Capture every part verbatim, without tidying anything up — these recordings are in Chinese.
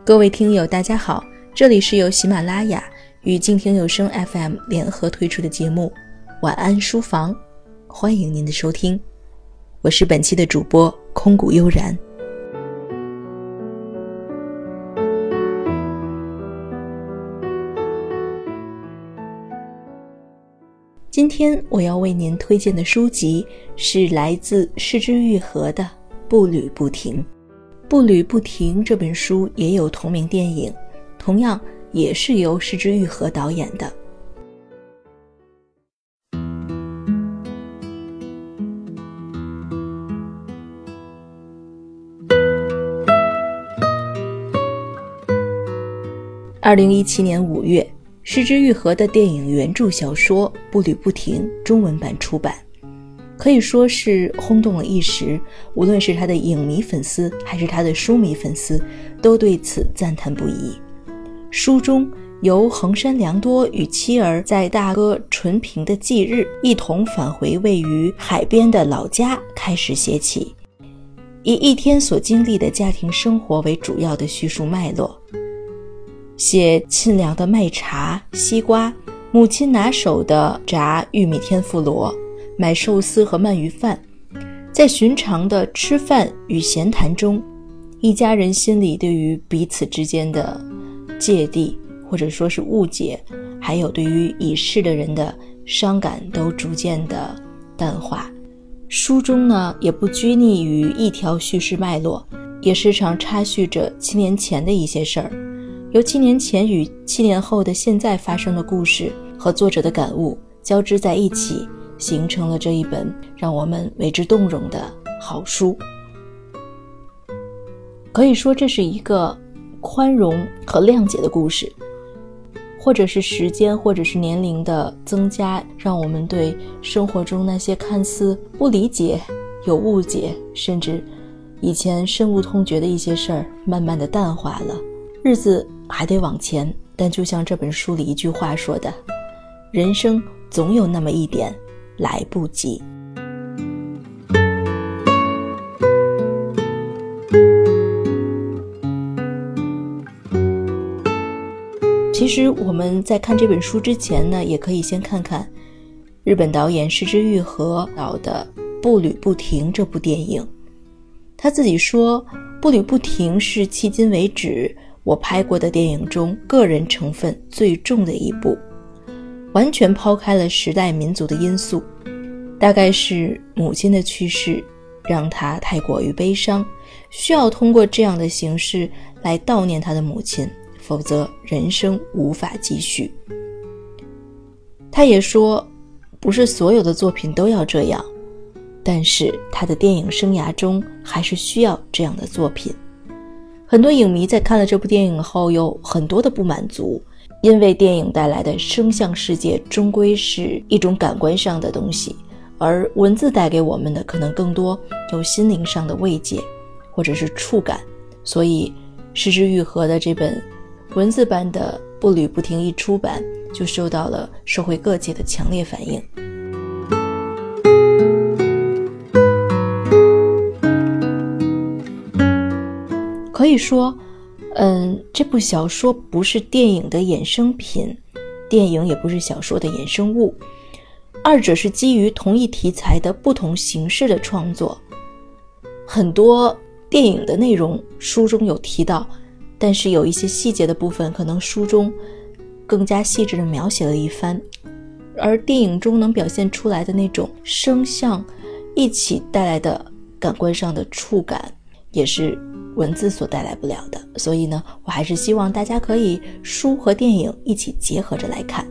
各位听友大家好，这里是由喜马拉雅与静听有声 F M 联合推出的节目晚安书房，欢迎您的收听，我是本期的主播空谷悠然。今天我要为您推荐的书籍是来自是枝裕和的《步履不停》。《步履不停》这本书也有同名电影，同样也是由是枝裕和导演的。二零一七年五月，是枝裕和的电影原著小说《步履不停》中文版出版，可以说是轰动了一时，无论是他的影迷粉丝还是他的书迷粉丝，都对此赞叹不已。书中由横山良多与妻儿在大哥纯平的忌日一同返回位于海边的老家开始写起，以一天所经历的家庭生活为主要的叙述脉络，写沁凉的麦茶、西瓜，母亲拿手的炸玉米天妇罗，买寿司和鳗鱼饭。在寻常的吃饭与闲谈中，一家人心里对于彼此之间的芥蒂或者说是误解，还有对于已逝的人的伤感都逐渐的淡化。书中呢也不拘泥于一条叙事脉络，也时常插叙着七年前的一些事儿，由七年前与七年后的现在发生的故事和作者的感悟交织在一起，形成了这一本让我们为之动容的好书。可以说这是一个宽容和谅解的故事，或者是时间或者是年龄的增加，让我们对生活中那些看似不理解、有误解，甚至以前深恶痛绝的一些事儿慢慢的淡化了。日子还得往前，但就像这本书里一句话说的，人生总有那么一点来不及。其实我们在看这本书之前呢，也可以先看看日本导演是枝裕和导的《步履不停》这部电影。他自己说，《步履不停》是迄今为止我拍过的电影中个人成分最重的一部，完全抛开了时代民族的因素。大概是母亲的去世让他太过于悲伤，需要通过这样的形式来悼念他的母亲，否则人生无法继续。他也说，不是所有的作品都要这样，但是他的电影生涯中还是需要这样的作品。很多影迷在看了这部电影后有很多的不满足，因为电影带来的声像世界终归是一种感官上的东西，而文字带给我们的可能更多有心灵上的慰藉或者是触感。所以是枝裕和的这本文字版的《步履不停》一出版，就受到了社会各界的强烈反应。可以说嗯，这部小说不是电影的衍生品，电影也不是小说的衍生物，二者是基于同一题材的不同形式的创作。很多电影的内容书中有提到，但是有一些细节的部分可能书中更加细致地描写了一番，而电影中能表现出来的那种声像一起带来的感官上的触感，也是文字所带来不了的。所以呢，我还是希望大家可以书和电影一起结合着来看。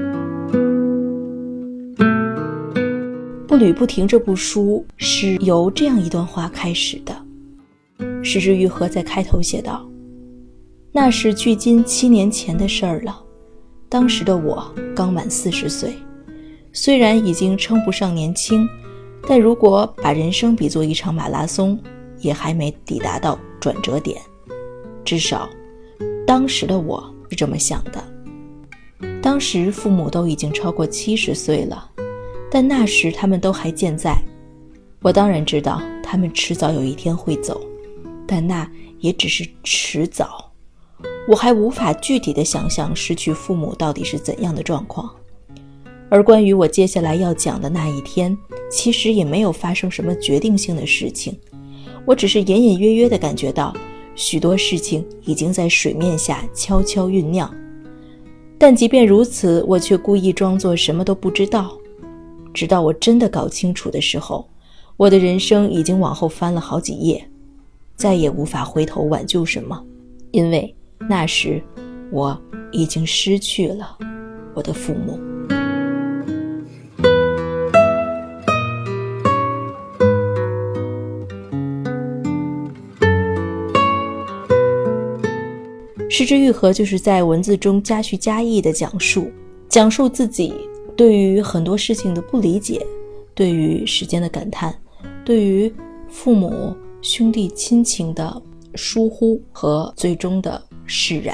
步履不停这部书是由这样一段话开始的，是枝裕和在开头写道，那是距今七年前的事儿了，当时的我刚满四十岁，虽然已经称不上年轻，但如果把人生比作一场马拉松，也还没抵达到转折点，至少当时的我是这么想的。当时父母都已经超过七十岁了，但那时他们都还健在。我当然知道他们迟早有一天会走，但那也只是迟早。 我还无法具体的想象失去父母到底是怎样的状况。而关于我接下来要讲的那一天，其实也没有发生什么决定性的事情，我只是隐隐约约地感觉到许多事情已经在水面下悄悄酝酿。但即便如此，我却故意装作什么都不知道。直到我真的搞清楚的时候，我的人生已经往后翻了好几页，再也无法回头挽救什么，因为那时我已经失去了我的父母。失之愈合就是在文字中加叙加意的讲述，讲述自己对于很多事情的不理解，对于时间的感叹，对于父母兄弟亲情的疏忽和最终的释然。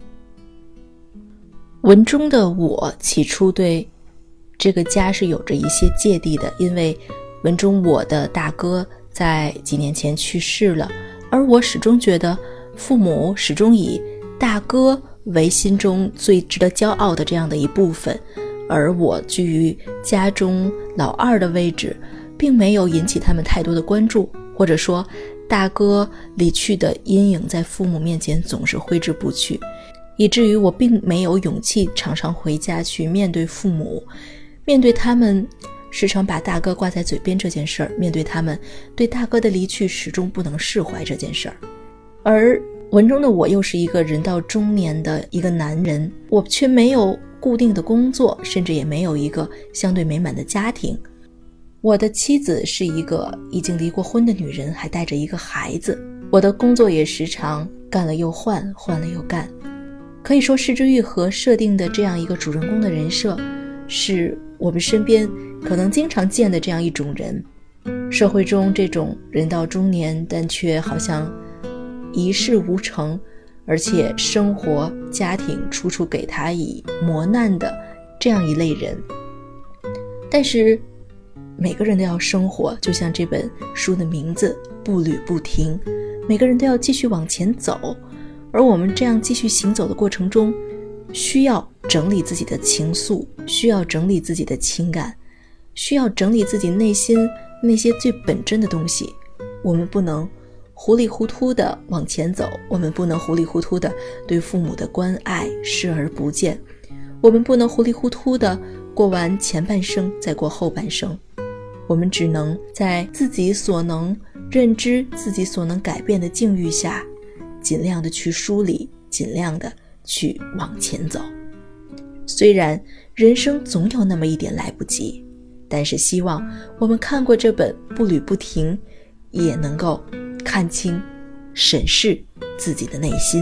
文中的我起初对这个家是有着一些芥蒂的，因为文中我的大哥在几年前去世了，而我始终觉得父母始终以大哥为心中最值得骄傲的这样的一部分，而我居于家中老二的位置，并没有引起他们太多的关注，或者说大哥离去的阴影在父母面前总是挥之不去，以至于我并没有勇气常常回家去面对父母，面对他们时常把大哥挂在嘴边这件事儿，面对他们对大哥的离去始终不能释怀这件事儿。而文中的我又是一个人到中年的一个男人，我却没有固定的工作，甚至也没有一个相对美满的家庭。我的妻子是一个已经离过婚的女人，还带着一个孩子。我的工作也时常干了又换，换了又干。可以说失之愈合设定的这样一个主人公的人设，是我们身边可能经常见的这样一种人。社会中这种人到中年但却好像一事无成，而且生活家庭处处给他以磨难的这样一类人。但是每个人都要生活，就像这本书的名字步履不停，每个人都要继续往前走。而我们这样继续行走的过程中，需要整理自己的情愫，需要整理自己的情感，需要整理自己内心那些最本真的东西。我们不能糊里糊涂地往前走，我们不能糊里糊涂地对父母的关爱视而不见，我们不能糊里糊涂地过完前半生再过后半生。我们只能在自己所能认知、自己所能改变的境遇下，尽量的去梳理，尽量的去往前走。虽然人生总有那么一点来不及，但是希望我们看过这本步履不停，也能够看清审视自己的内心。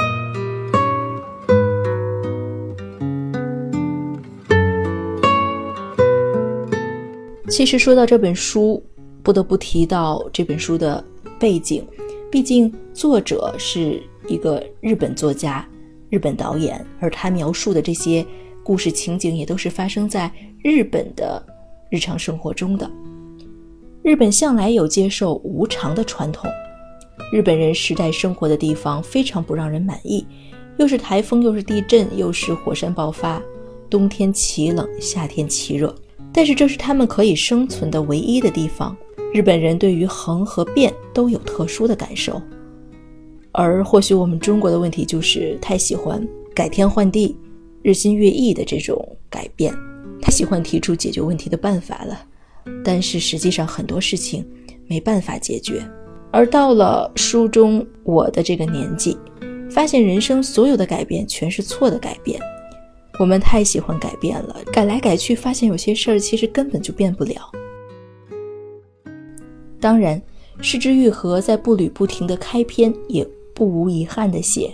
其实说到这本书，不得不提到这本书的背景，毕竟作者是一个日本作家、日本导演，而他描述的这些故事情景也都是发生在日本的日常生活中的。日本向来有接受无常的传统，日本人时代生活的地方非常不让人满意，又是台风，又是地震，又是火山爆发，冬天奇冷，夏天奇热，但是这是他们可以生存的唯一的地方。日本人对于恒和变都有特殊的感受，而或许我们中国的问题就是太喜欢改天换地、日新月异的这种改变，太喜欢提出解决问题的办法了，但是实际上很多事情没办法解决。而到了书中我的这个年纪，发现人生所有的改变全是错的改变。我们太喜欢改变了，改来改去，发现有些事儿其实根本就变不了。当然，失之愈合在步履不停的开篇也不无遗憾地写，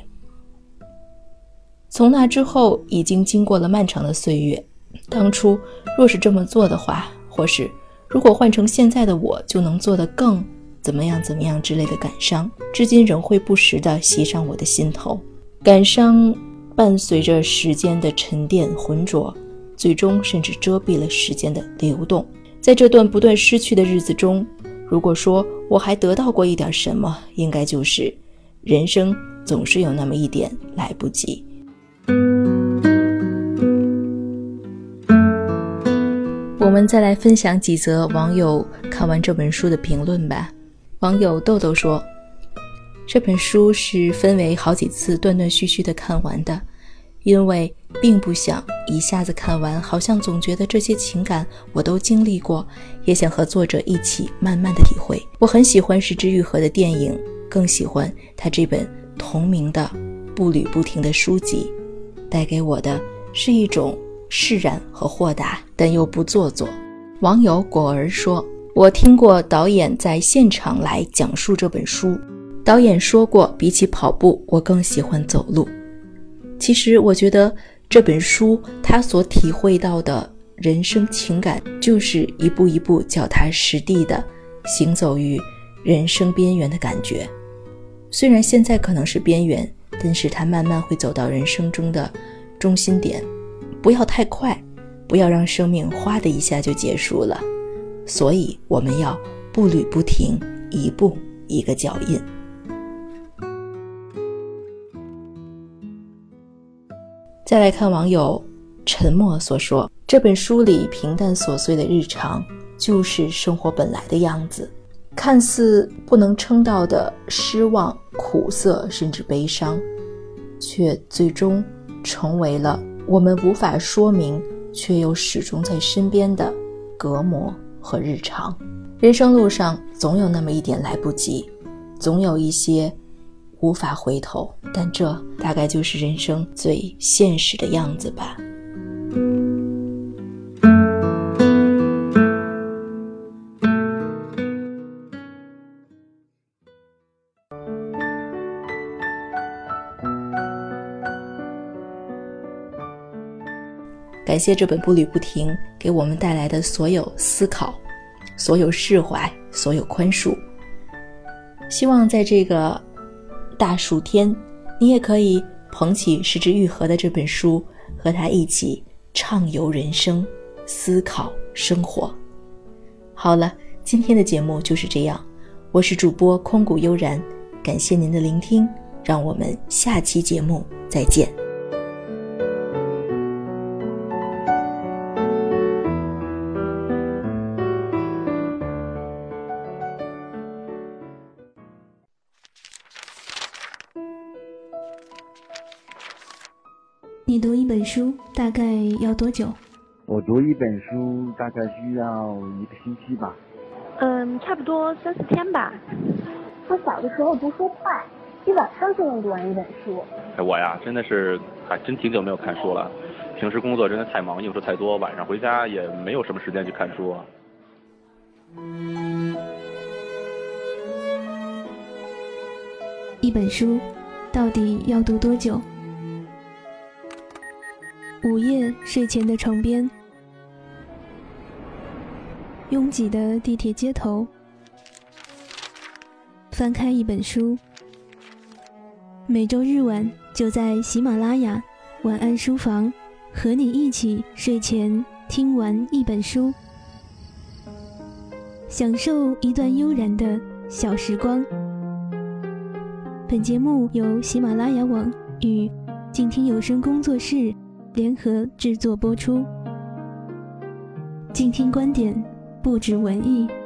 从那之后已经经过了漫长的岁月，当初若是这么做的话，或是如果换成现在的我，就能做得更怎么样怎么样之类的感伤，至今仍会不时地袭上我的心头。感伤伴随着时间的沉淀浑浊，最终甚至遮蔽了时间的流动。在这段不断失去的日子中，如果说我还得到过一点什么，应该就是人生总是有那么一点来不及。我们再来分享几则网友看完这本书的评论吧。网友豆豆说，这本书是分为好几次断断续续的看完的，因为并不想一下子看完，好像总觉得这些情感我都经历过，也想和作者一起慢慢的体会。我很喜欢石之愈合的电影，更喜欢他这本同名的步履不停的书籍，带给我的是一种释然和豁达，但又不做作。网友果儿说，我听过导演在现场来讲述这本书，导演说过比起跑步我更喜欢走路。其实我觉得这本书他所体会到的人生情感，就是一步一步脚踏实地的行走于人生边缘的感觉。虽然现在可能是边缘，但是他慢慢会走到人生中的中心点。不要太快，不要让生命哗的一下就结束了，所以我们要步履不停，一步一个脚印。再来看网友沉默所说，这本书里平淡琐碎的日常就是生活本来的样子，看似不能称道的失望、苦涩甚至悲伤，却最终成为了我们无法说明却又始终在身边的隔膜和日常。人生路上总有那么一点来不及，总有一些无法回头，但这大概就是人生最现实的样子吧。感谢这本步履不停给我们带来的所有思考，所有释怀，所有宽恕。希望在这个大暑天，你也可以捧起石之愈合的这本书，和他一起畅游人生，思考生活。好了，今天的节目就是这样，我是主播空谷悠然，感谢您的聆听，让我们下期节目再见。 你读一本书大概要多久？ 我读一本书大概需要一个星期吧。 嗯，差不多三四天吧。 我小的时候读书快，一晚上就能读完一本书。 哎，我呀，真的是还真挺久没有看书了。平时工作真的太忙，应酬太多，晚上回家也没有什么时间去看书。 一本书到底要读多久？午夜睡前的床边，拥挤的地铁街头，翻开一本书。每周日晚就在喜马拉雅晚安书房，和你一起睡前听完一本书，享受一段悠然的小时光。本节目由喜马拉雅网与静听有声工作室联合制作播出。静听观点，不止文艺。